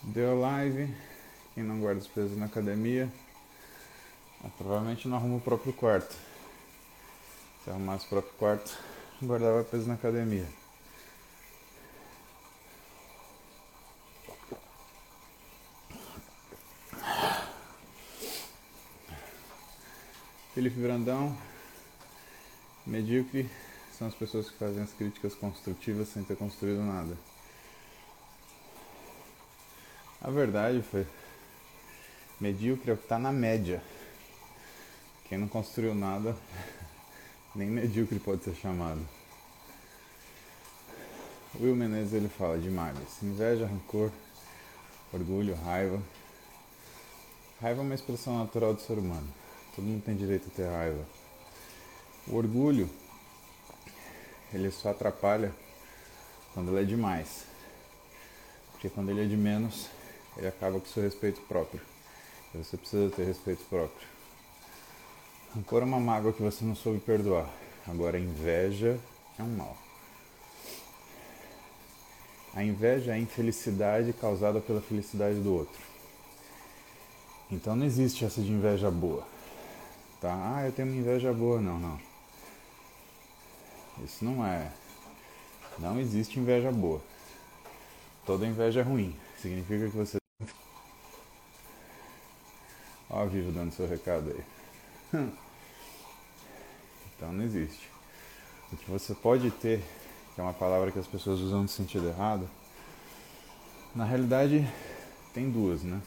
Deu live. Quem não guarda os pesos na academia, provavelmente não arruma o próprio quarto. Se arrumasse o próprio quarto, guardava peso na academia. Felipe Brandão, medíocre são as pessoas que fazem as críticas construtivas sem ter construído nada. A verdade foi, medíocre é o que está na média. Quem não construiu nada, nem medíocre pode ser chamado. Will Menezes ele fala de males: inveja, rancor, orgulho, raiva. Raiva é uma expressão natural do ser humano. Todo mundo tem direito a ter raiva. O orgulho, ele só atrapalha quando ele é demais. Porque quando ele é de menos, ele acaba com o seu respeito próprio. E você precisa ter respeito próprio. Rancor é uma mágoa que você não soube perdoar. Agora, a inveja é um mal. A inveja é a infelicidade causada pela felicidade do outro. Então não existe essa de inveja boa. Tá? Ah, eu tenho uma inveja boa. Não. Isso não é. Não existe inveja boa. Toda inveja é ruim. Significa que você... Ó, Vivo dando seu recado aí. Então não existe. O que você pode ter, que é uma palavra que as pessoas usam no sentido errado, na realidade tem duas, né?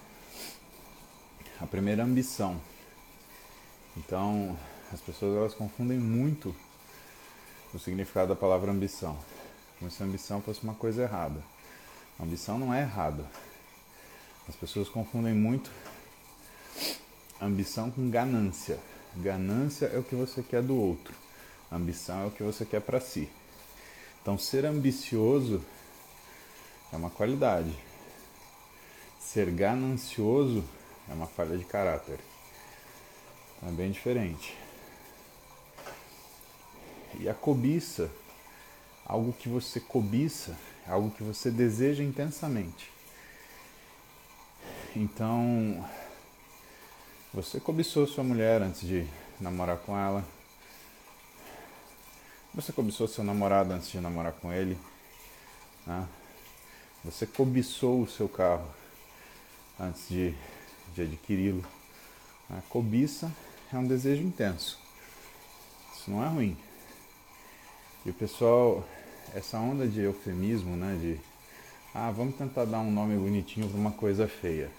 A primeira é a ambição. Então as pessoas elas confundem muito o significado da palavra ambição. Como se a ambição fosse uma coisa errada. A ambição não é errada. As pessoas confundem muito ambição com ganância. Ganância é o que você quer do outro. Ambição é o que você quer para si. Então ser ambicioso é uma qualidade. Ser ganancioso é uma falha de caráter. É bem diferente. E a cobiça, algo que você cobiça, é algo que você deseja intensamente. Então, você cobiçou sua mulher antes de namorar com ela. Você cobiçou seu namorado antes de namorar com ele. Né? Você cobiçou o seu carro antes de adquiri-lo. A cobiça é um desejo intenso. Isso não é ruim. E o pessoal, essa onda de eufemismo, né, de vamos tentar dar um nome bonitinho para uma coisa feia.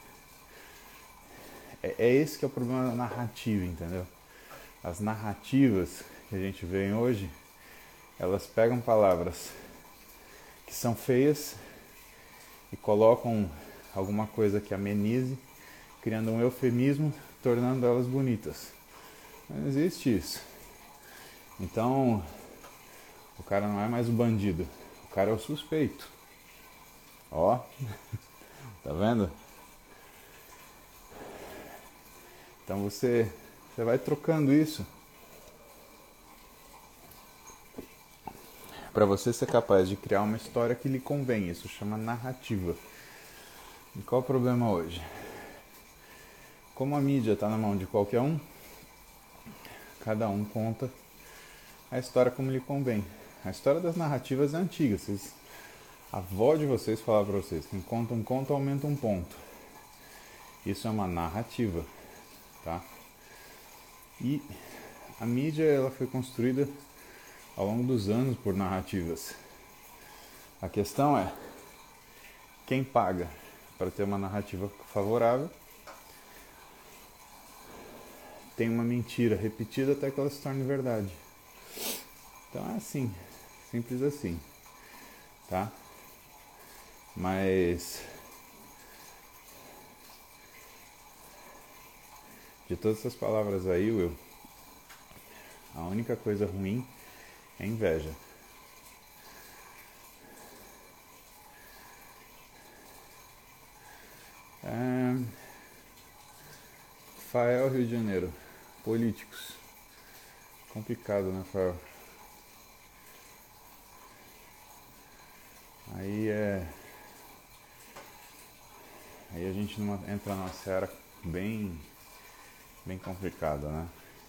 É esse que é o problema da narrativa, entendeu? As narrativas que a gente vê hoje, elas pegam palavras que são feias e colocam alguma coisa que amenize, criando um eufemismo, tornando elas bonitas. Não existe isso. Então, o cara não é mais o bandido, o cara é o suspeito. Ó, tá vendo? Então você vai trocando isso para você ser capaz de criar uma história que lhe convém. Isso chama narrativa. E qual é o problema hoje? Como a mídia está na mão de qualquer um, cada um conta a história como lhe convém. A história das narrativas é antiga. A avó de vocês falava para vocês: quem conta um conto aumenta um ponto. Isso é uma narrativa, tá? E a mídia ela foi construída ao longo dos anos por narrativas. A questão é quem paga para ter uma narrativa favorável tem uma mentira repetida até que ela se torne verdade. Então é assim, simples assim, tá? Mas de todas essas palavras aí, Will, a única coisa ruim é inveja. Fael, Rio de Janeiro. Políticos. Complicado, né, Fael? Aí gente entra numa seara bem complicada, né?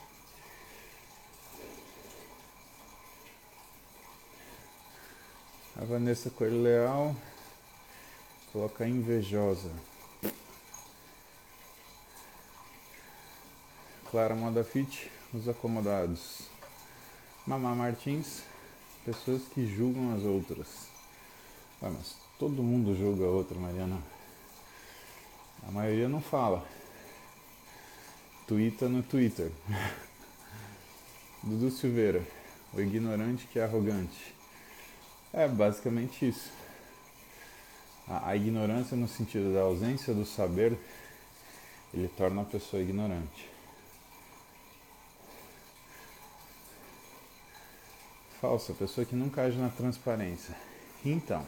A Vanessa Coelho Leal coloca invejosa. Clara Modafit, os acomodados. Mamá Martins, pessoas que julgam as outras. Mas todo mundo julga a outra, Mariana. A maioria não fala. Tuita no Twitter. Dudu Silveira, o ignorante que é arrogante. É basicamente isso. A ignorância no sentido da ausência do saber, ele torna a pessoa ignorante. Falsa, pessoa que nunca age na transparência. Então,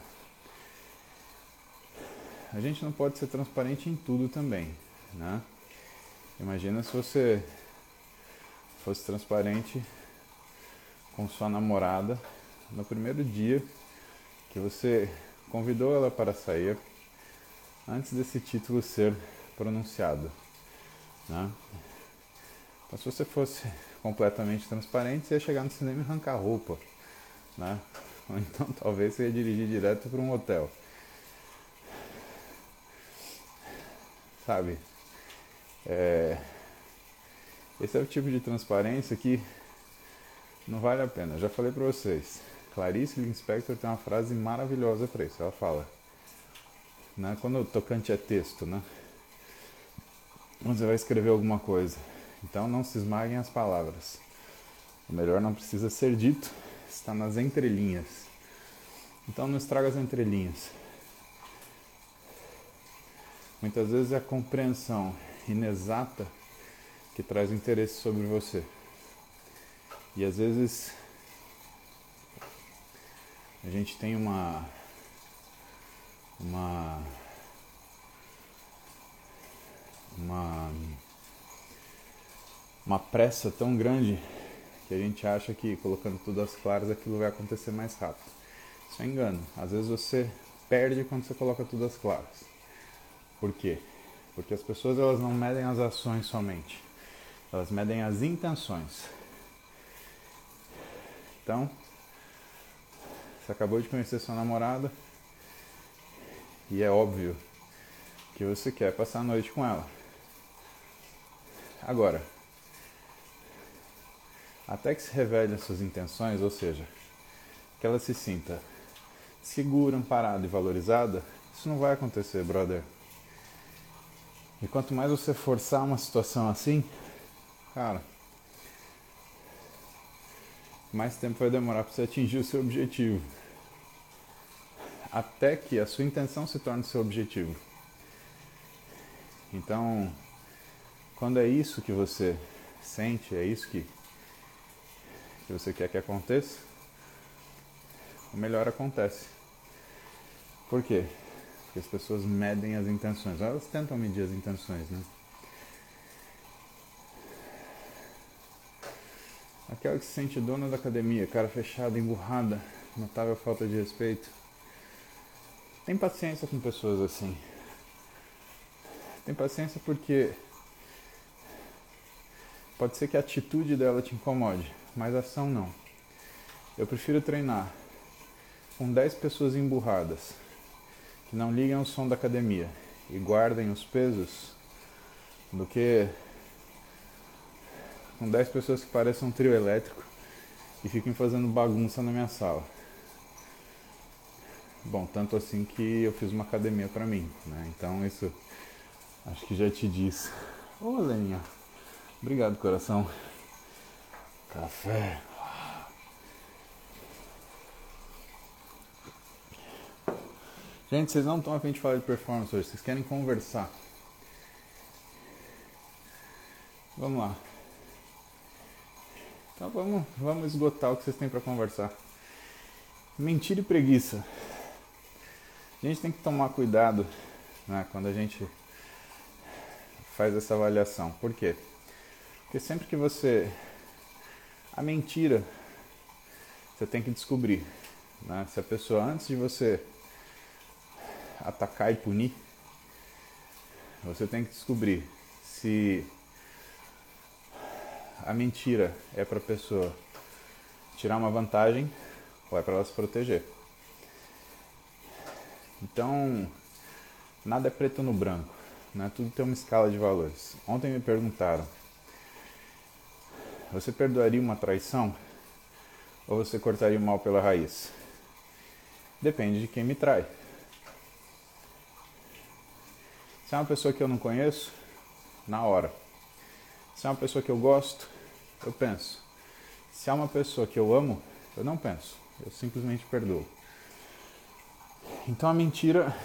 a gente não pode ser transparente em tudo também, né? Imagina se você fosse transparente com sua namorada no primeiro dia que você convidou ela para sair, antes desse título ser pronunciado, né? Então, se você fosse completamente transparente, você ia chegar no cinema e arrancar a roupa, né? Ou então talvez você ia dirigir direto para um hotel, sabe? Esse é o tipo de transparência que não vale a pena. Eu já falei para vocês, Clarice Lispector tem uma frase maravilhosa para isso. Ela fala, né, quando o tocante é texto, né, quando você vai escrever alguma coisa, então não se esmaguem as palavras. O melhor não precisa ser dito, está nas entrelinhas. Então não estraga as entrelinhas. Muitas vezes é a compreensão inexata que traz interesse sobre você. E às vezes a gente tem uma pressa tão grande que a gente acha que colocando tudo às claras aquilo vai acontecer mais rápido. Isso é engano. Às vezes você perde quando você coloca tudo às claras. Por quê? Porque as pessoas elas não medem as ações somente. Elas medem as intenções. Então, você acabou de conhecer sua namorada e é óbvio que você quer passar a noite com ela. Agora, até que se revele as suas intenções, ou seja, que ela se sinta segura, amparada e valorizada, isso não vai acontecer, brother. E quanto mais você forçar uma situação assim, cara, mais tempo vai demorar para você atingir o seu objetivo. Até que a sua intenção se torne seu objetivo. Então, quando é isso que você sente, é isso que você quer que aconteça, o melhor acontece. Por quê? Porque as pessoas medem as intenções. Elas tentam medir as intenções, né? Aquela que se sente dona da academia, cara fechada, emburrada, notável falta de respeito. Tem paciência com pessoas assim. Tem paciência porque pode ser que a atitude dela te incomode, mas a ação não. Eu prefiro treinar com 10 pessoas emburradas, que não ligam ao som da academia e guardem os pesos, do que com 10 pessoas que pareçam um trio elétrico e fiquem fazendo bagunça na minha sala. Bom, tanto assim que eu fiz uma academia pra mim, né? Então isso acho que já te diz. Ô, Leninha, obrigado, coração. Café. Gente, vocês não estão a fim de falar de performance hoje, vocês querem conversar. Vamos lá. Então vamos esgotar o que vocês têm para conversar. Mentira e preguiça. A gente tem que tomar cuidado, né, quando a gente faz essa avaliação. Por quê? Porque sempre que você... A mentira, você tem que descobrir, né? Se a pessoa, antes de você atacar e punir, você tem que descobrir se a mentira é para a pessoa tirar uma vantagem ou é para ela se proteger. Então, nada é preto no branco, né? Tudo tem uma escala de valores. Ontem me perguntaram, você perdoaria uma traição ou você cortaria o mal pela raiz? Depende de quem me trai. Se é uma pessoa que eu não conheço, na hora. Se é uma pessoa que eu gosto, eu penso. Se é uma pessoa que eu amo, eu não penso. Eu simplesmente perdoo. Então a mentira,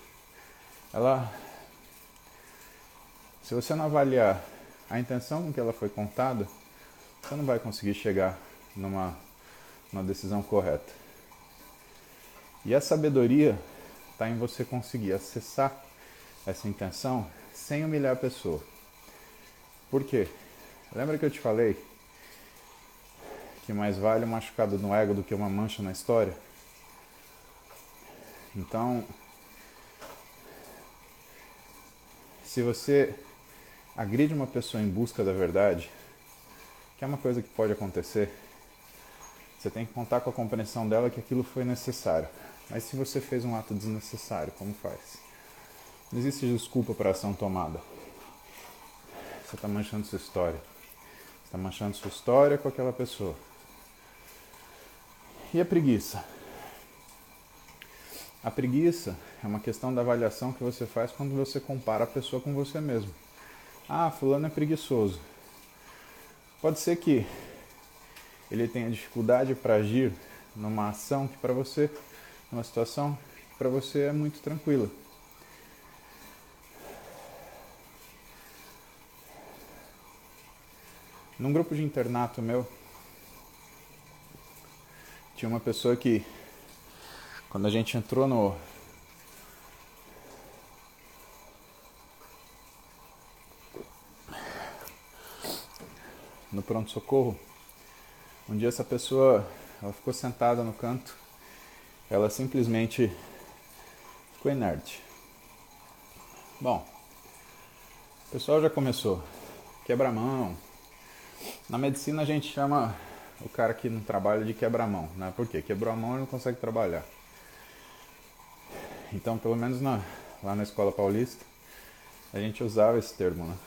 se você não avaliar a intenção com que ela foi contada, você não vai conseguir chegar numa decisão correta. E a sabedoria está em você conseguir acessar essa intenção sem humilhar a pessoa. Por quê? Lembra que eu te falei que mais vale um machucado no ego do que uma mancha na história? Então, se você agride uma pessoa em busca da verdade, que é uma coisa que pode acontecer, você tem que contar com a compreensão dela que aquilo foi necessário. Mas se você fez um ato desnecessário, como faz? Não existe desculpa para a ação tomada. Você está manchando sua história. Você está manchando sua história com aquela pessoa. E a preguiça? A preguiça é uma questão da avaliação que você faz quando você compara a pessoa com você mesmo. Ah, fulano é preguiçoso. Pode ser que ele tenha dificuldade para agir numa ação que para você, numa situação que para você é muito tranquila. Num grupo de internato meu, tinha uma pessoa que, quando a gente entrou no pronto-socorro, um dia essa pessoa, ela ficou sentada no canto, ela simplesmente ficou inerte. Bom, o pessoal já começou, quebra-mão. Na medicina a gente chama o cara que não trabalha de quebra-mão, né? Por quê? Quebrou a mão e não consegue trabalhar. Então, pelo menos lá na Escola Paulista, a gente usava esse termo, né?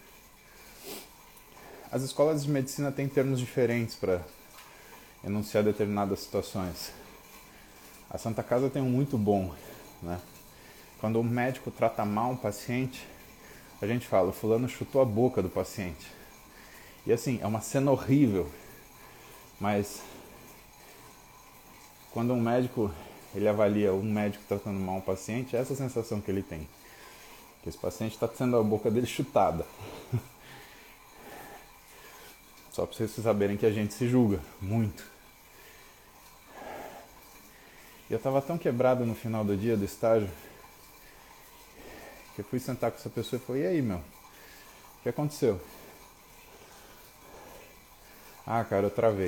As escolas de medicina têm termos diferentes para enunciar determinadas situações. A Santa Casa tem um muito bom, né? Quando um médico trata mal um paciente, a gente fala, o fulano chutou a boca do paciente. E assim, é uma cena horrível, mas quando um médico, ele avalia um médico tratando mal um paciente, é essa sensação que ele tem. Que esse paciente está tendo a boca dele chutada. Só para vocês saberem que a gente se julga muito. E eu estava tão quebrado no final do dia do estágio, que eu fui sentar com essa pessoa e falei, e aí, meu? O que aconteceu? Ah, cara, eu travei.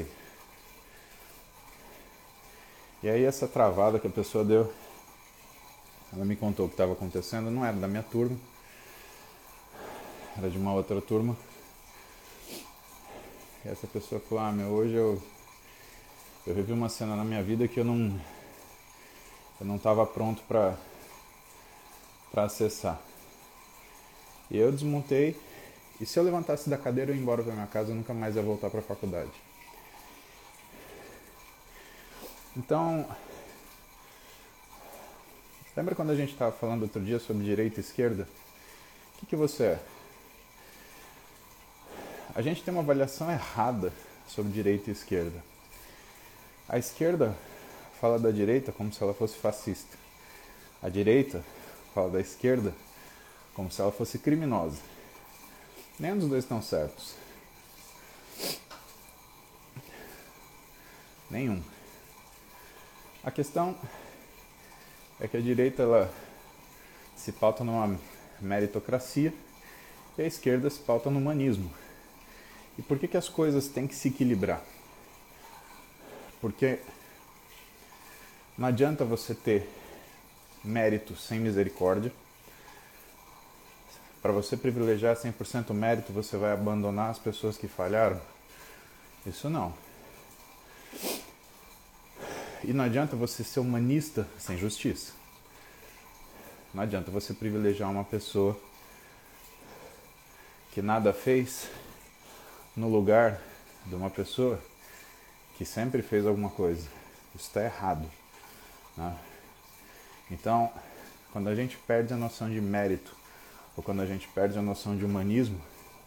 E aí essa travada que a pessoa deu, ela me contou o que estava acontecendo, não era da minha turma, era de uma outra turma. E essa pessoa falou, hoje eu vivi uma cena na minha vida que eu não estava pronto para acessar. E eu desmontei, e se eu levantasse da cadeira e ir embora para minha casa, eu nunca mais ia voltar para a faculdade. Então, lembra quando a gente estava falando outro dia sobre direita e esquerda? O que você é? A gente tem uma avaliação errada sobre direita e esquerda. A esquerda fala da direita como se ela fosse fascista. A direita fala da esquerda como se ela fosse criminosa. Nenhum dos dois estão certos. Nenhum. A questão é que a direita ela se pauta numa meritocracia e a esquerda se pauta no humanismo. E por que as coisas têm que se equilibrar? Porque não adianta você ter mérito sem misericórdia. para você privilegiar 100% o mérito, você vai abandonar as pessoas que falharam? Isso não. E não adianta você ser humanista sem justiça. Não adianta você privilegiar uma pessoa que nada fez no lugar de uma pessoa que sempre fez alguma coisa. Isso está errado, né? Então, quando a gente perde a noção de mérito, ou quando a gente perde a noção de humanismo,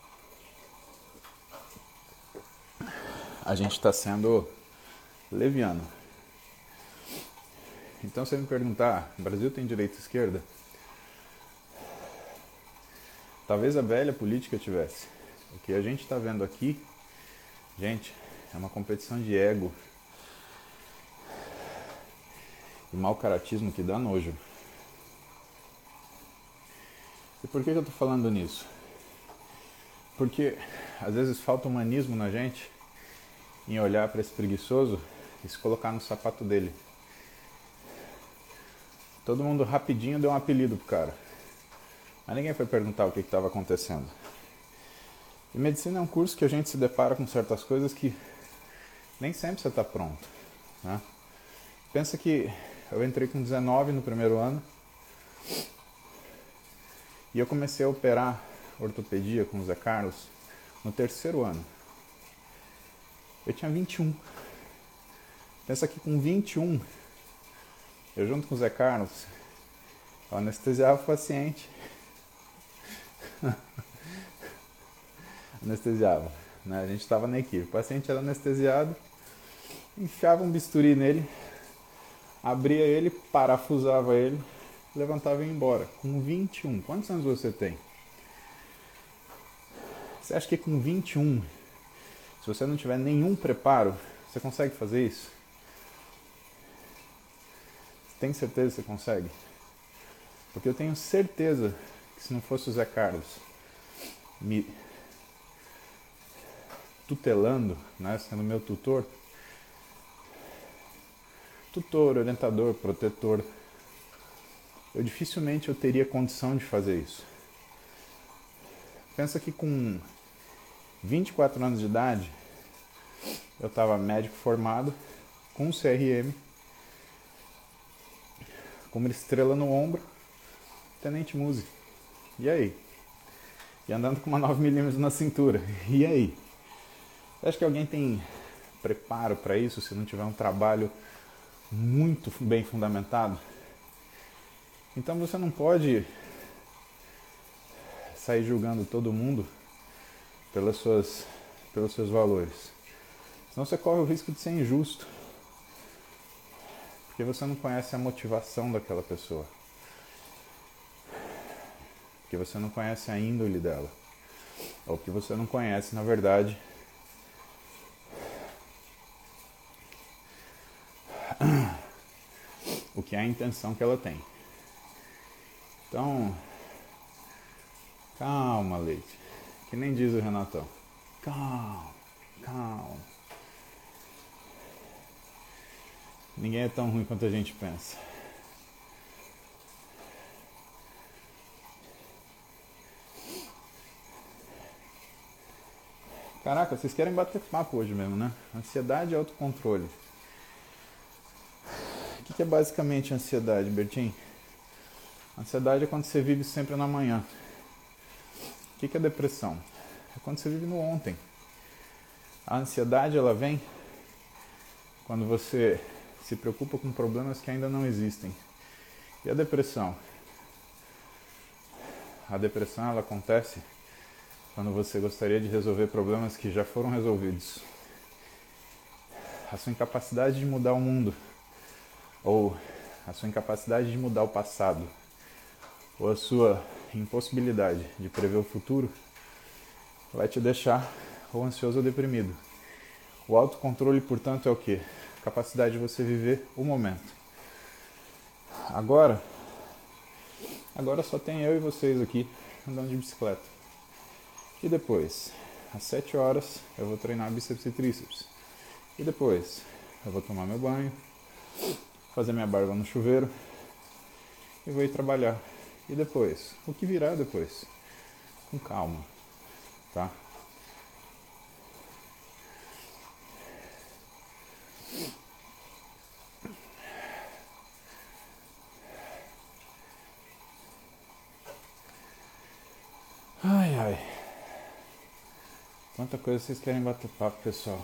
a gente está sendo leviano. Então, se você me perguntar, o Brasil tem direita e esquerda? Talvez a velha política tivesse. O que a gente está vendo aqui, gente, é uma competição de ego e mau caratismo que dá nojo. E por que eu estou falando nisso? Porque às vezes falta humanismo na gente em olhar para esse preguiçoso e se colocar no sapato dele. Todo mundo rapidinho deu um apelido pro cara, mas ninguém foi perguntar o que estava acontecendo. E medicina é um curso que a gente se depara com certas coisas que nem sempre você está pronto, né? Pensa que eu entrei com 19 no primeiro ano e eu comecei a operar ortopedia com o Zé Carlos no terceiro ano. Eu tinha 21. Pensa que com 21, eu junto com o Zé Carlos, eu anestesiava o paciente. Anestesiava, né? A gente estava na equipe. O paciente era anestesiado, enfiava um bisturi nele, abria ele, parafusava ele, levantava e ia embora. Com 21. Quantos anos você tem? Você acha que com 21, se você não tiver nenhum preparo, você consegue fazer isso? Tem certeza que você consegue? Porque eu tenho certeza que se não fosse o Zé Carlos me tutelando, né, sendo meu tutor, orientador, protetor, eu dificilmente teria condição de fazer isso. Pensa que com 24 anos de idade, eu estava médico formado, com um CRM, com uma estrela no ombro, tenente Muzi. E aí? E andando com uma 9mm na cintura. E aí? Você acha que alguém tem preparo para isso se não tiver um trabalho muito bem fundamentado? Então você não pode sair julgando todo mundo pelos seus valores. Senão você corre o risco de ser injusto. Porque você não conhece a motivação daquela pessoa. Porque você não conhece a índole dela. Ou porque você não conhece, na verdade, o que é a intenção que ela tem. Então, calma, Leite. Que nem diz o Renatão. Calma, calma. Ninguém é tão ruim quanto a gente pensa. Caraca, vocês querem bater papo hoje mesmo, né? Ansiedade e autocontrole. O que é basicamente ansiedade, Bertinho? Ansiedade é quando você vive sempre na manhã. O que é depressão? É quando você vive no ontem. A ansiedade, ela vem quando você se preocupa com problemas que ainda não existem. E a depressão? A depressão, ela acontece quando você gostaria de resolver problemas que já foram resolvidos. A sua incapacidade de mudar o mundo, ou a sua incapacidade de mudar o passado, ou a sua impossibilidade de prever o futuro, vai te deixar ou ansioso ou deprimido. O autocontrole, portanto, é o quê? A capacidade de você viver o momento. Agora só tem eu e vocês aqui andando de bicicleta. E depois, às 7 horas, eu vou treinar bíceps e tríceps. E depois, eu vou tomar meu banho, fazer minha barba no chuveiro e vou ir trabalhar. E depois? O que virá depois? com calma, tá? Ai, ai. Quanta coisa vocês querem bater papo, pessoal?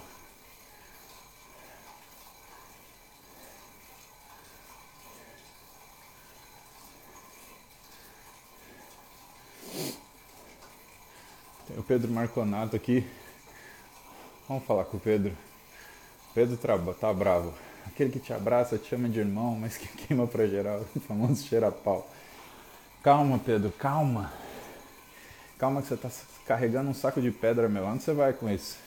Tem o Pedro Marconato aqui. Vamos falar com o Pedro. Pedro tá bravo. Aquele que te abraça, te chama de irmão, mas que queima pra geral. O famoso cheira-pau. Calma, Pedro, calma. Calma que você tá carregando um saco de pedra, meu. Onde você vai com isso?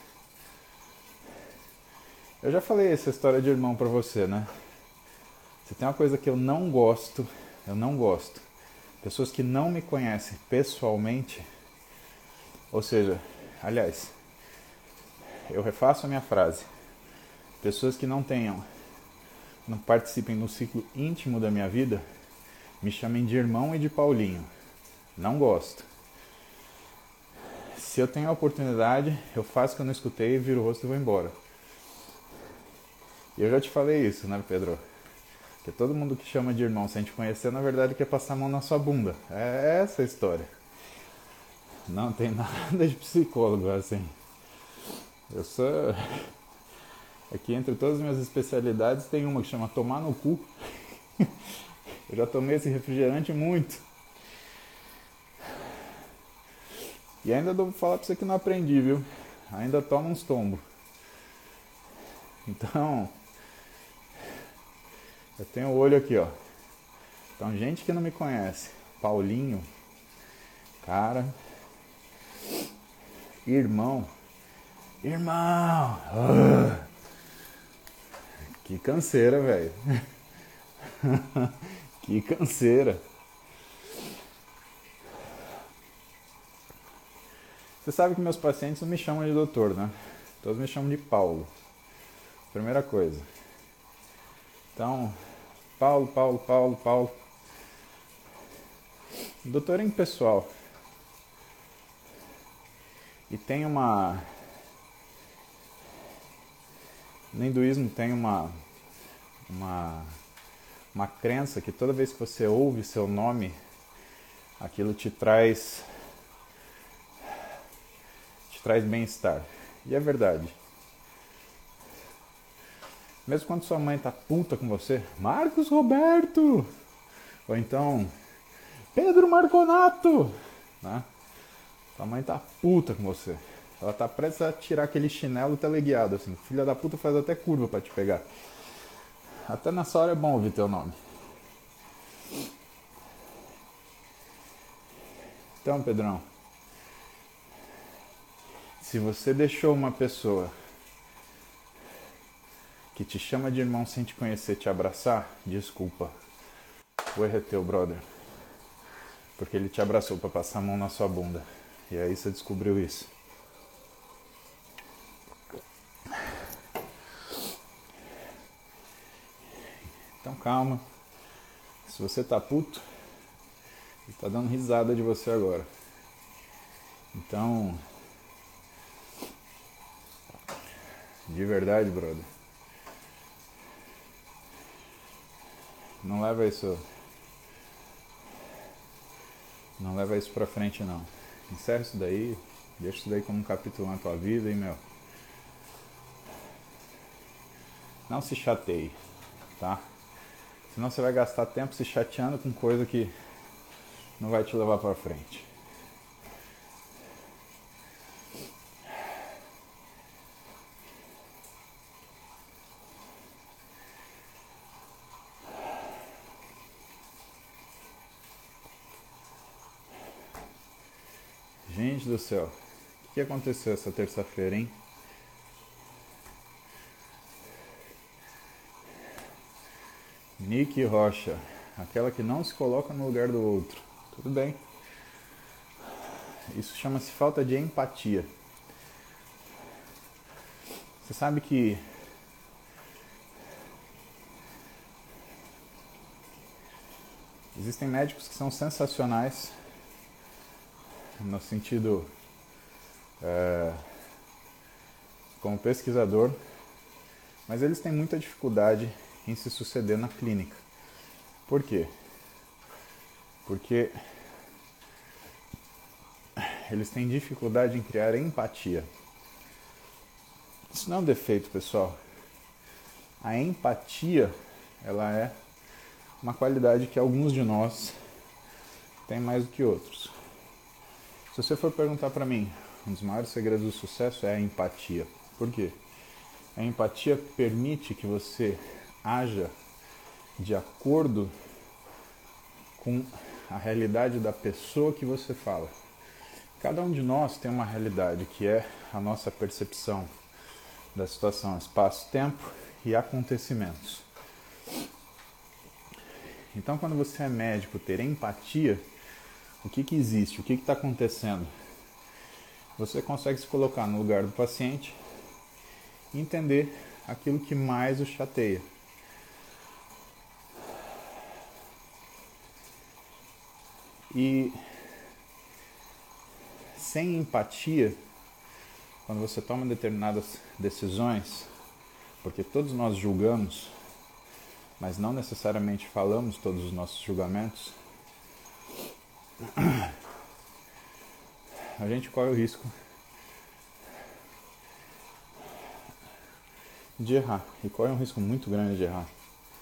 Eu já falei essa história de irmão pra você, né? Se tem uma coisa que eu não gosto. Pessoas que não me conhecem pessoalmente, ou seja, aliás, eu refaço a minha frase. Pessoas que não participem do ciclo íntimo da minha vida, me chamem de irmão e de Paulinho. Não gosto. Se eu tenho a oportunidade, eu faço que eu não escutei, viro o rosto e vou embora. E eu já te falei isso, né, Pedro? Que todo mundo que chama de irmão sem te conhecer, na verdade quer passar a mão na sua bunda. É essa a história. Não tem nada de psicólogo assim. Eu sou... Aqui entre todas as minhas especialidades tem uma que chama tomar no cu. Eu já tomei esse refrigerante muito. E ainda vou falar pra você que não aprendi, viu? Ainda toma uns tombos. Então, eu tenho o olho aqui, ó. Então, gente que não me conhece. Paulinho. Cara. Irmão. Que canseira, velho. Que canseira. Você sabe que meus pacientes não me chamam de doutor, né? Todos me chamam de Paulo. Primeira coisa. Então, Paulo. Doutor é impessoal. E tem uma... No hinduísmo tem uma crença que toda vez que você ouve seu nome, aquilo te traz bem-estar. E é verdade. Mesmo quando sua mãe tá puta com você, Marcos Roberto! Ou então, Pedro Marconato! Né? Sua mãe tá puta com você. Ela tá prestes a tirar aquele chinelo teleguiado, assim. Filha da puta faz até curva pra te pegar. Até nessa hora é bom ouvir teu nome. Então, Pedrão, se você deixou uma pessoa que te chama de irmão sem te conhecer te abraçar, desculpa. O erro é teu, brother. Porque ele te abraçou pra passar a mão na sua bunda. E aí você descobriu isso. Então calma. Se você tá puto, ele tá dando risada de você agora. Então, de verdade, brother, não leva isso pra frente, não. Encerra isso daí, deixa isso daí como um capítulo na tua vida, hein, meu. Não se chateie, tá? Senão você vai gastar tempo se chateando com coisa que não vai te levar pra frente. Gente do céu, o que aconteceu essa terça-feira, hein? Nick Rocha, aquela que não se coloca no lugar do outro. Tudo bem. Isso chama-se falta de empatia. Você sabe que existem médicos que são sensacionais no sentido como pesquisador, mas eles têm muita dificuldade em se suceder na clínica. Por quê? Porque eles têm dificuldade em criar empatia. Isso não é um defeito, pessoal. A empatia, ela é uma qualidade que alguns de nós têm mais do que outros. Se você for perguntar para mim, um dos maiores segredos do sucesso é a empatia. Por quê? A empatia permite que você haja de acordo com a realidade da pessoa que você fala. Cada um de nós tem uma realidade que é a nossa percepção da situação, espaço, tempo e acontecimentos. Então, quando você é médico, ter empatia, o que existe, o que está acontecendo? Você consegue se colocar no lugar do paciente e entender aquilo que mais o chateia. E sem empatia, quando você toma determinadas decisões, porque todos nós julgamos, mas não necessariamente falamos todos os nossos julgamentos, a gente corre o risco de errar, e corre um risco muito grande de errar.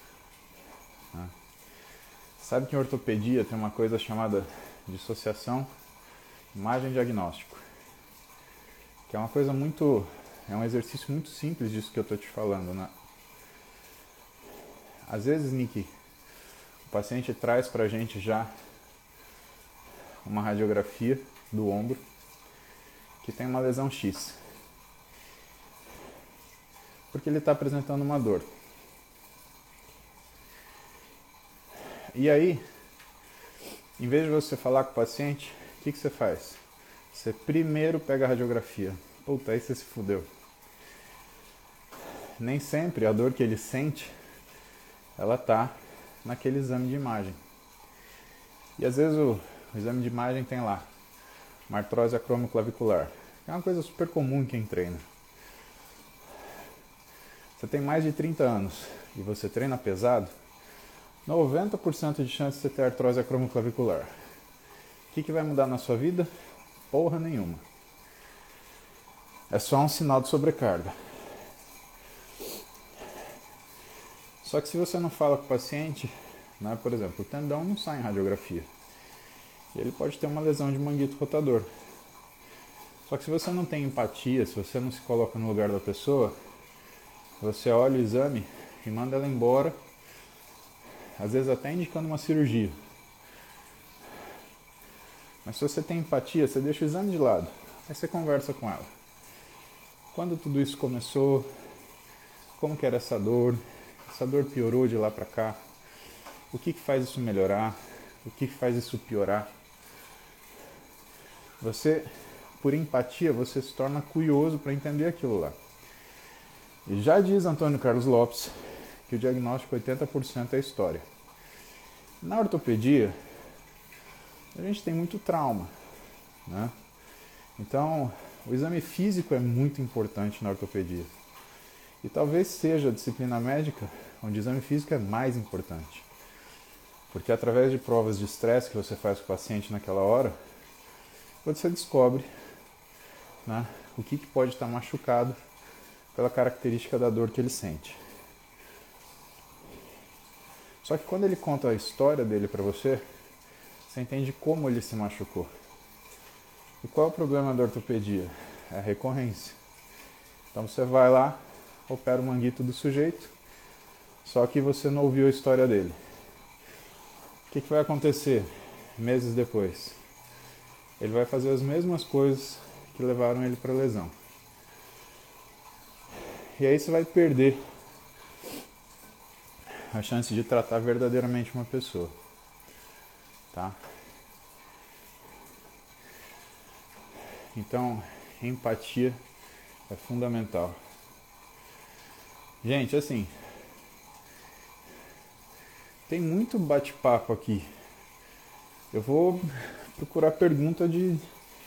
Sabe que em ortopedia tem uma coisa chamada dissociação imagem-diagnóstico, que é uma coisa muito, é um exercício muito simples disso que eu estou te falando, né? Às vezes, Nick, o paciente traz pra gente já uma radiografia do ombro que tem uma lesão X, porque ele está apresentando uma dor. E aí, em vez de você falar com o paciente, o que você faz? Você primeiro pega a radiografia. Puta, aí você se fudeu. Nem sempre a dor que ele sente, ela tá naquele exame de imagem. E às vezes o exame de imagem tem lá uma artrose acromioclavicular, que é uma coisa super comum em quem treina. Você tem mais de 30 anos e você treina pesado, 90% de chance de você ter artrose acromioclavicular. O que vai mudar na sua vida? Porra nenhuma. É só um sinal de sobrecarga. Só que se você não fala com o paciente, né, por exemplo, o tendão não sai em radiografia. E ele pode ter uma lesão de manguito rotador. Só que se você não tem empatia, se você não se coloca no lugar da pessoa, você olha o exame e manda ela embora, às vezes até indicando uma cirurgia. Mas se você tem empatia, você deixa o exame de lado, aí você conversa com ela. Quando tudo isso começou, como que era essa dor piorou de lá pra cá, o que faz isso melhorar, o que faz isso piorar. Você, por empatia, você se torna curioso para entender aquilo lá. E já diz Antônio Carlos Lopes que o diagnóstico 80% é história. Na ortopedia, a gente tem muito trauma, né? Então, o exame físico é muito importante na ortopedia. E talvez seja a disciplina médica onde o exame físico é mais importante. Porque através de provas de estresse que você faz com o paciente naquela hora, você descobre, né, o que pode estar machucado pela característica da dor que ele sente. Só que quando ele conta a história dele para você, você entende como ele se machucou. E qual é o problema da ortopedia? É a recorrência. Então você vai lá, opera o manguito do sujeito, só que você não ouviu a história dele. O que vai acontecer meses depois? Ele vai fazer as mesmas coisas que levaram ele para a lesão. E aí você vai perder a chance de tratar verdadeiramente uma pessoa. Tá? Então, empatia é fundamental. Gente, assim, tem muito bate-papo aqui. Eu vou procurar pergunta de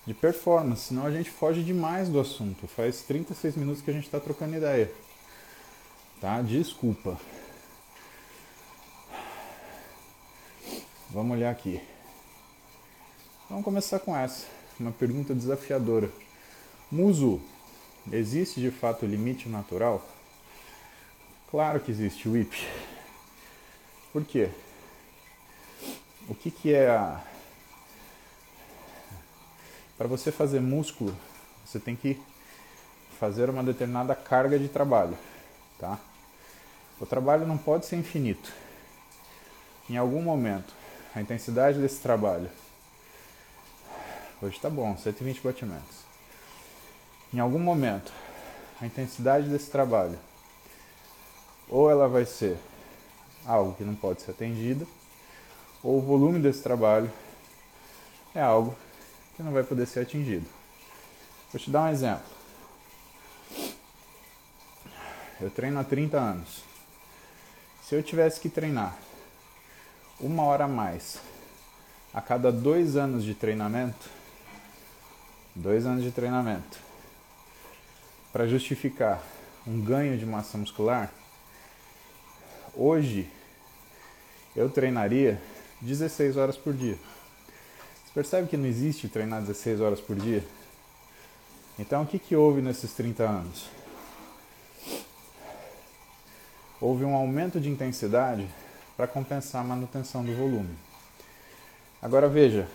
de performance, senão a gente foge demais do assunto. Faz 36 minutos que a gente está trocando ideia. Tá? Desculpa. Vamos olhar aqui. Vamos começar com essa. Uma pergunta desafiadora. Muso, existe de fato limite natural? Claro que existe, Whip. Por quê? O que é a... Para você fazer músculo, você tem que fazer uma determinada carga de trabalho, tá? O trabalho não pode ser infinito. Em algum momento, a intensidade desse trabalho... Hoje tá bom, 120 batimentos. Em algum momento, a intensidade desse trabalho, ou ela vai ser algo que não pode ser atendido, ou o volume desse trabalho é algo que não vai poder ser atingido. Vou te dar um exemplo. Eu treino há 30 anos. Se eu tivesse que treinar 1 hora a mais a cada 2 anos de treinamento, 2 anos de treinamento, para justificar um ganho de massa muscular, hoje eu treinaria 16 horas por dia. Você percebe que não existe treinar 16 horas por dia? Então o que houve nesses 30 anos? Houve um aumento de intensidade para compensar a manutenção do volume. Agora veja,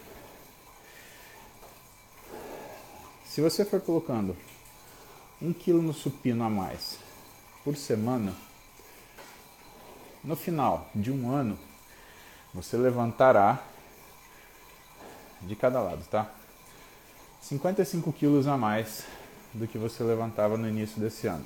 se você for colocando 1 kg no supino a mais por semana, no final de 1 ano, você levantará, de cada lado, tá? 55 quilos a mais do que você levantava no início desse ano.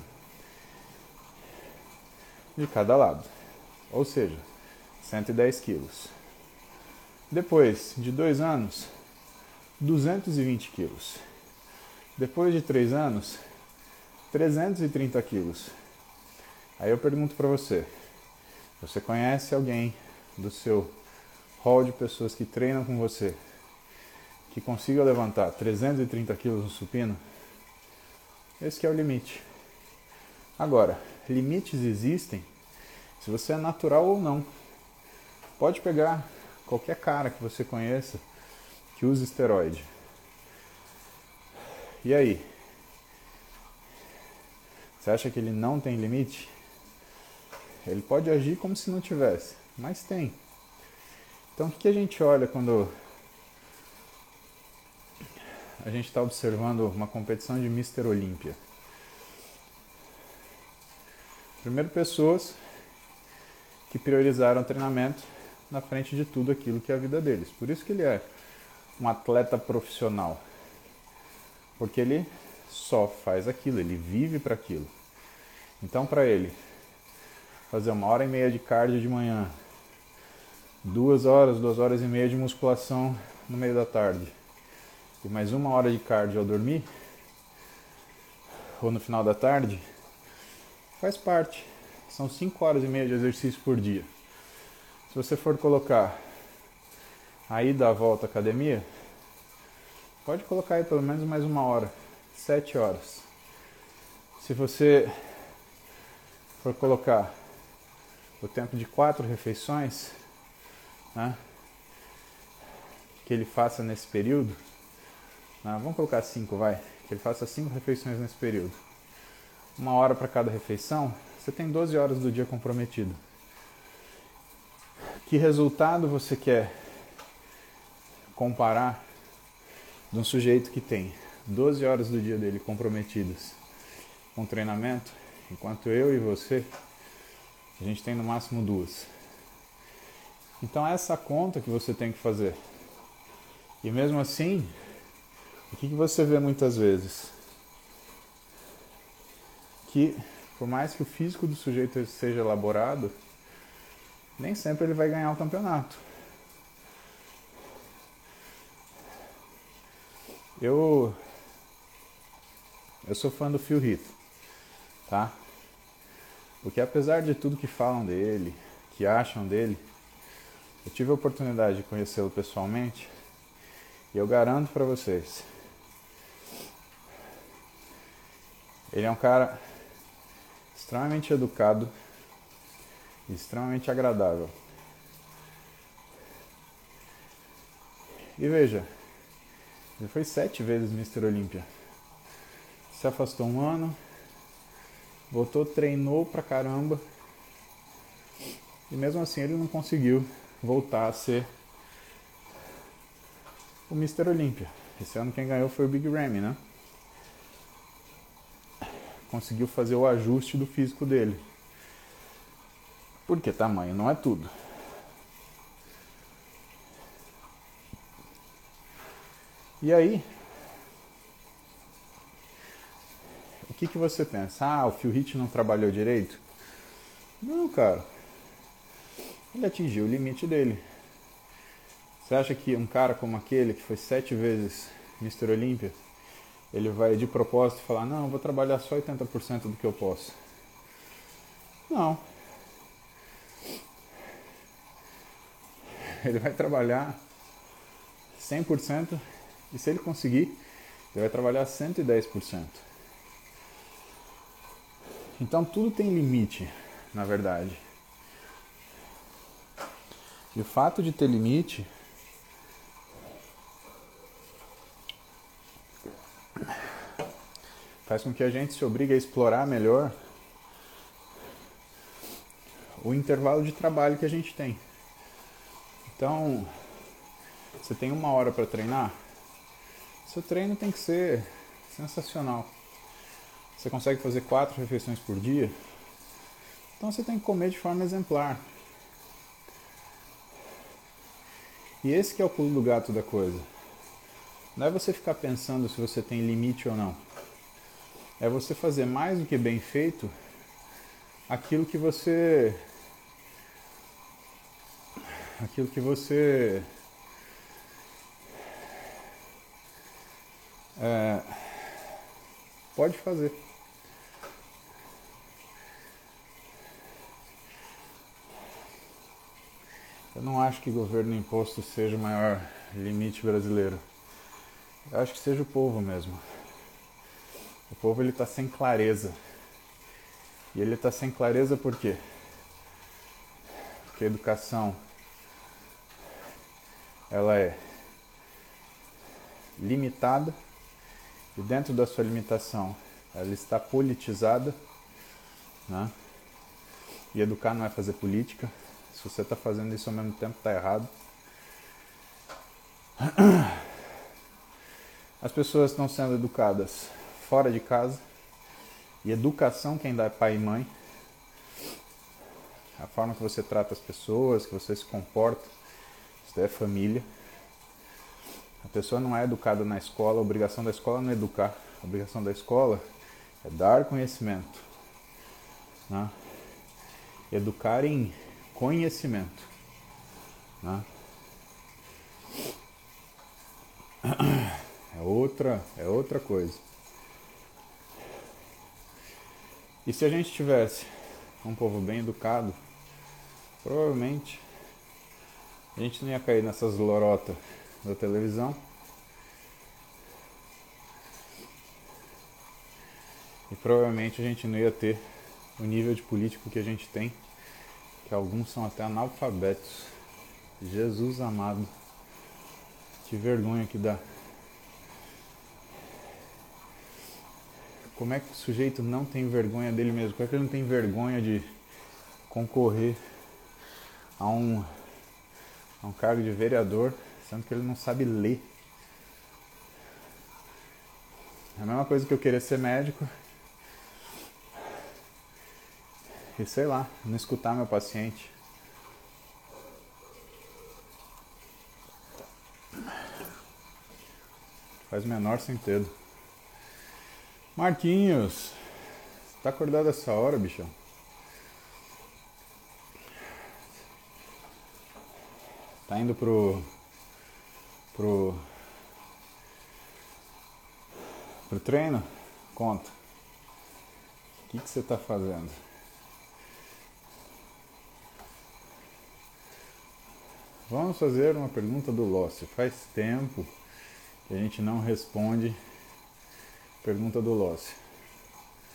De cada lado. Ou seja, 110 quilos. Depois de 2 anos, 220 quilos. Depois de 3 anos, 330 quilos. Aí eu pergunto para você, você conhece alguém do seu hall de pessoas que treinam com você que consiga levantar 330 quilos no supino? Esse que é o limite. Agora, limites existem se você é natural ou não. Pode pegar qualquer cara que você conheça que usa esteroide. E aí? Você acha que ele não tem limite? Ele pode agir como se não tivesse, mas tem. Então o que a gente olha quando a gente está observando uma competição de Mr. Olímpia? Primeiro, pessoas que priorizaram o treinamento na frente de tudo aquilo que é a vida deles. Por isso que ele é um atleta profissional. Porque ele só faz aquilo, ele vive para aquilo. Então, para ele fazer 1h30 de cardio de manhã, 2 horas, 2h30 de musculação no meio da tarde, e mais 1 hora de cardio ao dormir, ou no final da tarde, faz parte. São 5h30 de exercício por dia. Se você for colocar a ida à volta à academia, pode colocar aí pelo menos mais 1 hora, 7 horas. Se você for colocar o tempo de 4 refeições, né, que ele faça nesse período, né, vamos colocar 5, vai, que ele faça 5 refeições nesse período, 1 hora para cada refeição, você tem 12 horas do dia comprometido. Que resultado você quer comparar de um sujeito que tem 12 horas do dia dele comprometidas com treinamento, enquanto eu e você, a gente tem no máximo 2. Então é essa conta que você tem que fazer. E mesmo assim, o que você vê muitas vezes? Que por mais que o físico do sujeito seja elaborado, nem sempre ele vai ganhar o campeonato. Eu sou fã do Phil Heath, tá? Porque apesar de tudo que falam dele, que acham dele, eu tive a oportunidade de conhecê-lo pessoalmente e eu garanto para vocês Ele é um cara extremamente educado e extremamente agradável. E veja, ele foi 7 vezes Mr. Olímpia. Se afastou um ano, voltou, treinou pra caramba, e mesmo assim ele não conseguiu voltar a ser o Mr. Olímpia. Esse ano quem ganhou foi o Big Ramy, né? Conseguiu fazer o ajuste do físico dele. Porque tamanho não é tudo. E aí, o que você pensa? Ah, o Phil Heath não trabalhou direito? Não, cara. Ele atingiu o limite dele. Você acha que um cara como aquele, que foi 7 vezes Mr. Olímpia, ele vai de propósito falar, não, eu vou trabalhar só 80% do que eu posso? Não. Ele vai trabalhar 100% e se ele conseguir, ele vai trabalhar 110%. Então tudo tem limite, na verdade. E o fato de ter limite faz com que a gente se obrigue a explorar melhor o intervalo de trabalho que a gente tem. Então, você tem 1 hora para treinar, seu treino tem que ser sensacional. Você consegue fazer 4 refeições por dia, então você tem que comer de forma exemplar. E esse que é o pulo do gato da coisa. Não é você ficar pensando se você tem limite ou não. É você fazer mais do que bem feito aquilo que você pode fazer. Eu não acho que governo e imposto seja o maior limite brasileiro. Eu acho que seja o povo mesmo. O povo ele está sem clareza. E ele está sem clareza por quê? Porque a educação ela é limitada e dentro da sua limitação ela está politizada, né? E educar não é fazer política. Se você está fazendo isso ao mesmo tempo, está errado. As pessoas estão sendo educadas fora de casa. E educação quem dá é pai e mãe. A forma que você trata as pessoas, que você se comporta, isso é família. A pessoa não é educada na escola, a obrigação da escola não é educar. A obrigação da escola é dar conhecimento, né? Educar em conhecimento, né? É outra coisa. E se a gente tivesse um povo bem educado, provavelmente a gente não ia cair nessas lorotas da televisão. E provavelmente a gente não ia ter o nível de político que a gente tem, que alguns são até analfabetos. Jesus amado, que vergonha que dá. Como é que o sujeito não tem vergonha dele mesmo? Como é que ele não tem vergonha de concorrer a um cargo de vereador, sendo que ele não sabe ler? É a mesma coisa que eu querer ser médico e, sei lá, não escutar meu paciente. Faz o menor sentido. Marquinhos, tá acordado essa hora, bichão? Tá indo pro treino? Conta. O que você tá fazendo? Vamos fazer uma pergunta do Lócio. Faz tempo que a gente não responde pergunta do Lócio.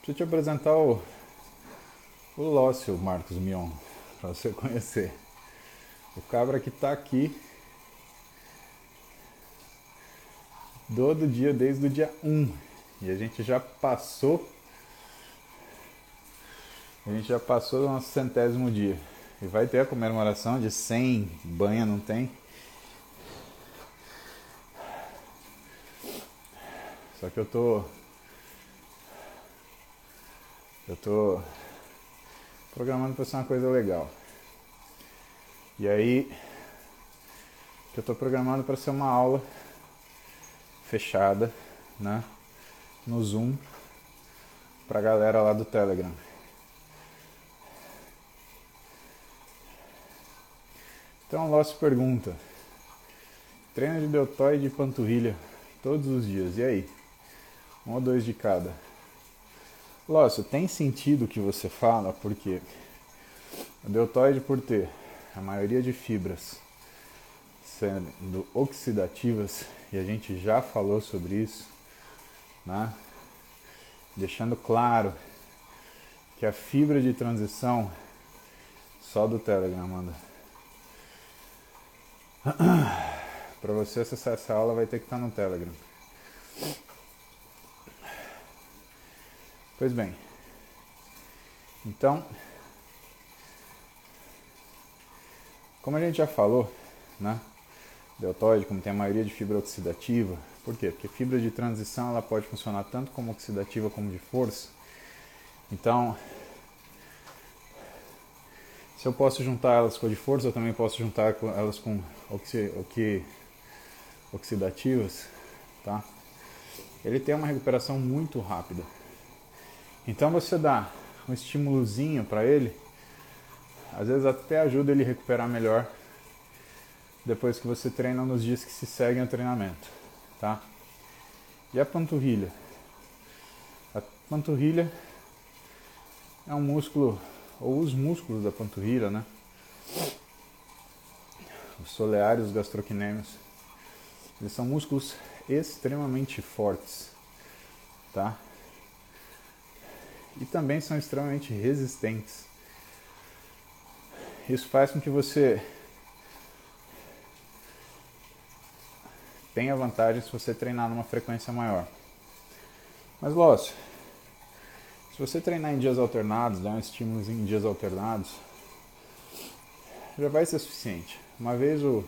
Deixa eu te apresentar o Lócio Marcos Mion, para você conhecer. O cabra que tá aqui todo dia, desde o dia 1. E a gente já passou do nosso 100º dia. E vai ter a comemoração de 100, banha não tem. Só que eu tô programando para ser uma coisa legal. E aí, eu tô programando para ser uma aula fechada, né, no Zoom, pra galera lá do Telegram. Então o Lócio pergunta: treino de deltoide e panturrilha todos os dias, e aí? 1 ou 2 de cada. Lócio, tem sentido o que você fala, porque o deltoide, por ter a maioria de fibras sendo oxidativas, e a gente já falou sobre isso, né? Deixando claro que a fibra de transição só do Telegram, Amanda. Para você acessar essa aula vai ter que estar no Telegram. Pois bem, então, como a gente já falou, né? Deltoide, como tem a maioria de fibra oxidativa. Por quê? Porque fibra de transição ela pode funcionar tanto como oxidativa como de força. Então, se eu posso juntar elas com a de força, eu também posso juntar elas com oxidativas, tá? Ele tem uma recuperação muito rápida. Então você dá um estímulozinho para ele, às vezes até ajuda ele a recuperar melhor depois que você treina nos dias que se seguem ao treinamento, tá? E a panturrilha? A panturrilha é um músculo, ou os músculos da panturrilha, né? Os soleares, os gastrocnêmios, eles são músculos extremamente fortes, tá? E também são extremamente resistentes. Isso faz com que você tenha vantagem se você treinar numa frequência maior. Mas, Lócio, se você treinar em dias alternados, dar um estímulo em dias alternados, já vai ser suficiente. Uma vez o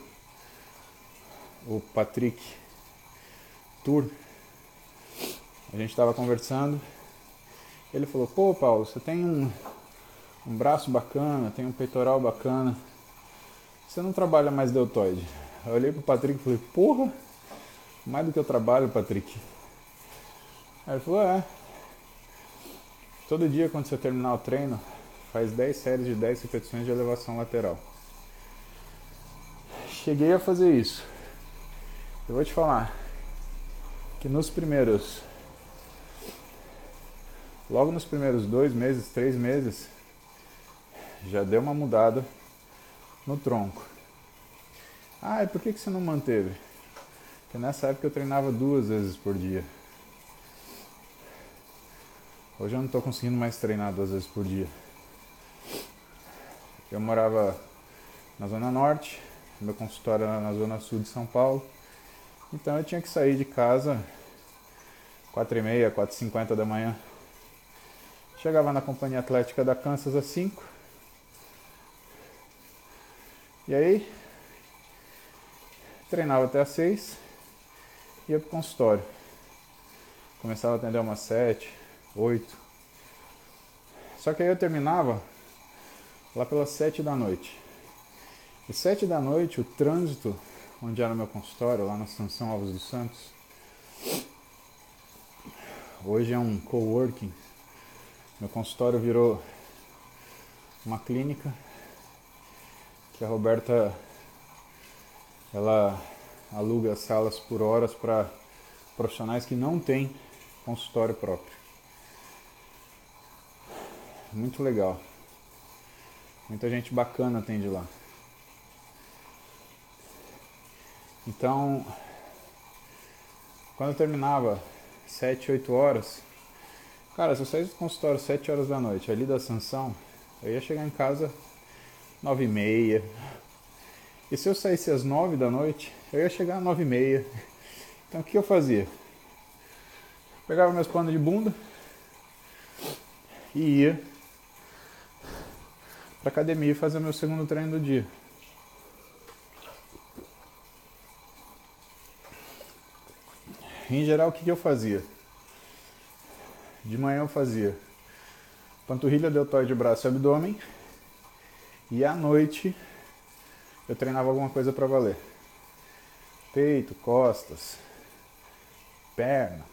Patrick Tour, a gente estava conversando, ele falou: pô, Paulo, você tem um braço bacana, tem um peitoral bacana, você não trabalha mais deltoide? Eu olhei pro Patrick e falei: porra, mais do que eu trabalho, Patrick. Aí ele falou: todo dia quando você terminar o treino, faz 10 séries de 10 repetições de elevação lateral. Cheguei a fazer isso. Eu vou te falar que logo nos primeiros 2 meses, 3 meses, já deu uma mudada no tronco. E por que você não manteve? Porque nessa época eu treinava 2 vezes por dia. Hoje eu não estou conseguindo mais treinar 2 vezes por dia. Eu morava na Zona Norte, meu consultório era na Zona Sul de São Paulo. Então eu tinha que sair de casa 4h30, 4h50 da manhã. Chegava na Companhia Atlética da Kansas às 5. E aí, treinava até às 6, ia pro consultório. Começava a atender umas 7, 8. Só que aí eu terminava lá pelas 7 da noite. E 7 da noite, o trânsito, onde era o meu consultório, lá na São Alves dos Santos, hoje é um coworking. Meu consultório virou uma clínica que a Roberta, ela aluga salas por horas para profissionais que não têm consultório próprio. Muito legal. Muita gente bacana atende lá. Então, quando eu terminava 7, 8 horas, Cara, se eu saísse do consultório às 7 horas da noite, ali da Ascensão, eu ia chegar em casa 9h30. E se eu saísse às 9 da noite, eu ia chegar às 9h30. Então o que eu fazia? Pegava meus panos de bunda e ia pra academia fazer meu segundo treino do dia. Em geral, o que eu fazia? De manhã eu fazia panturrilha, deltoide, braço e abdômen. E à noite eu treinava alguma coisa pra valer. Peito, costas, perna.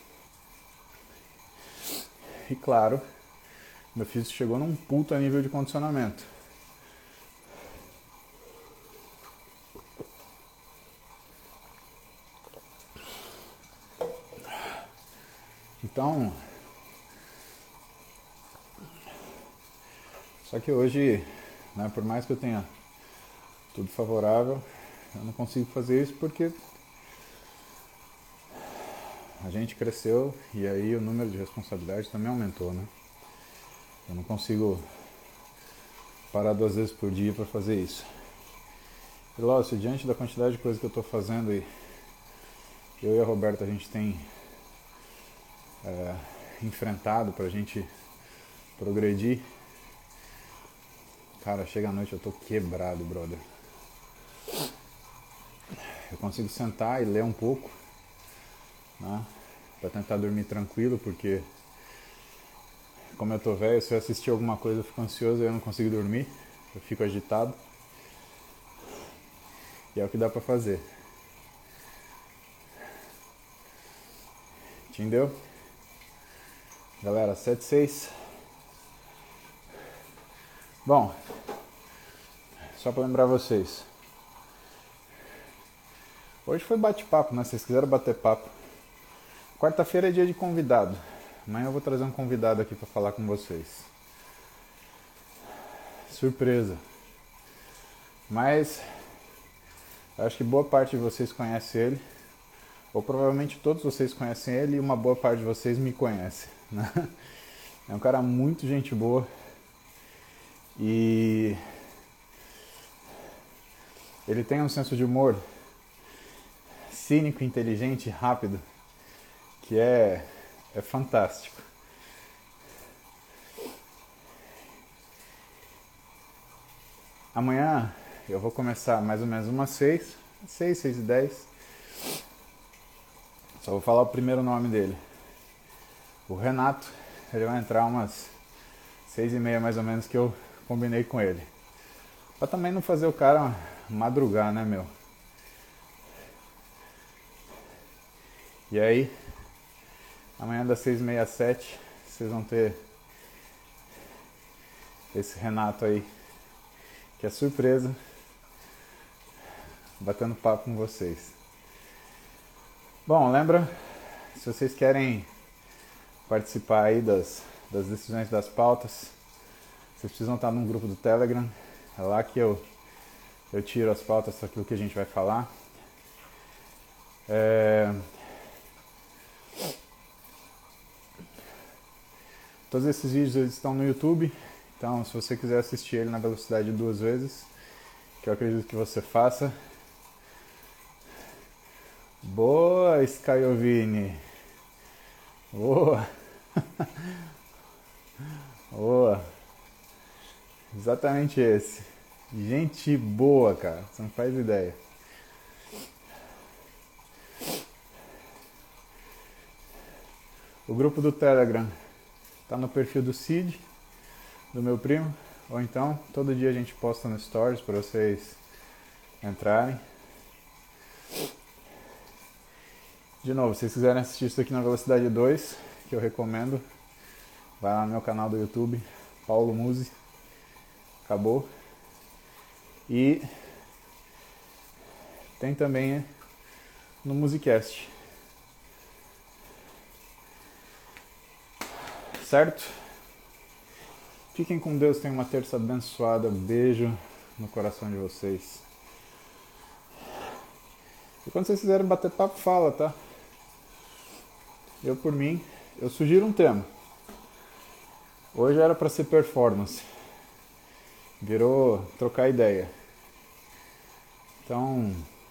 E claro, meu físico chegou num puta nível de condicionamento. Então, só que hoje, né, por mais que eu tenha tudo favorável, eu não consigo fazer isso porque a gente cresceu e aí o número de responsabilidades também aumentou, né? Eu não consigo parar 2 vezes por dia para fazer isso. E lógico, diante da quantidade de coisas que eu estou fazendo e eu e a Roberta a gente tem enfrentado pra gente progredir, cara, chega à noite eu tô quebrado, brother. Eu consigo sentar e ler um pouco, né, pra tentar dormir tranquilo, porque como eu tô velho, se eu assistir alguma coisa eu fico ansioso e eu não consigo dormir, eu fico agitado. E é o que dá pra fazer. Entendeu? Galera, 7-6. Bom, só pra lembrar vocês. Hoje foi bate-papo, né? Vocês quiseram bater papo. Quarta-feira é dia de convidado. Amanhã eu vou trazer um convidado aqui pra falar com vocês. Surpresa. Mas acho que boa parte de vocês conhece ele. Ou provavelmente todos vocês conhecem ele e uma boa parte de vocês me conhece, né? É um cara muito gente boa. E ele tem um senso de humor cínico, inteligente, rápido, que é fantástico. Amanhã eu vou começar mais ou menos umas 6h10. Só vou falar o primeiro nome dele. O Renato, ele vai entrar umas 6h30 mais ou menos que eu combinei com ele. Pra também não fazer o cara madrugar, né, meu? E aí, amanhã das 6h30 às 7h, vocês vão ter esse Renato aí, que é surpresa, batendo papo com vocês. Bom, lembra, se vocês querem participar aí das decisões das pautas, vocês precisam estar num grupo do Telegram. É lá que eu tiro as pautas daquilo que a gente vai falar. Todos esses vídeos eles estão no YouTube, então se você quiser assistir ele na velocidade de 2 vezes, que eu acredito que você faça. Boa, Skyovini! Boa! Boa! Exatamente esse. Gente boa, cara. Você não faz ideia. O grupo do Telegram tá no perfil do Cid, do meu primo. Ou então, todo dia a gente posta no Stories para vocês entrarem. De novo, se vocês quiserem assistir isso aqui na velocidade 2, que eu recomendo, vai lá no meu canal do YouTube, Paulo Musi. Acabou. E tem também no Musicast. Certo? Fiquem com Deus, tenham uma terça abençoada. Beijo no coração de vocês. E quando vocês quiserem bater papo, fala, tá? Eu, por mim, eu sugiro um tema. Hoje era para ser performance. Virou trocar ideia. Então,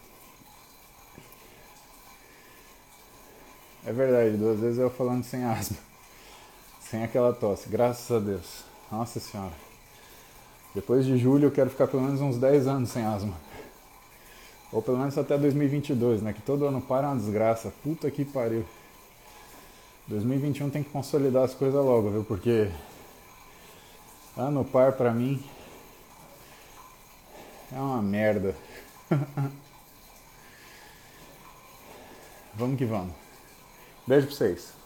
é verdade, 2 vezes eu falando sem asma. Sem aquela tosse, graças a Deus. Nossa senhora. Depois de julho eu quero ficar pelo menos uns 10 anos sem asma. Ou pelo menos até 2022, né? Que todo ano para é uma desgraça. Puta que pariu. 2021 tem que consolidar as coisas logo, viu? Porque ano par pra mim é uma merda. Vamos que vamos. Beijo pra vocês.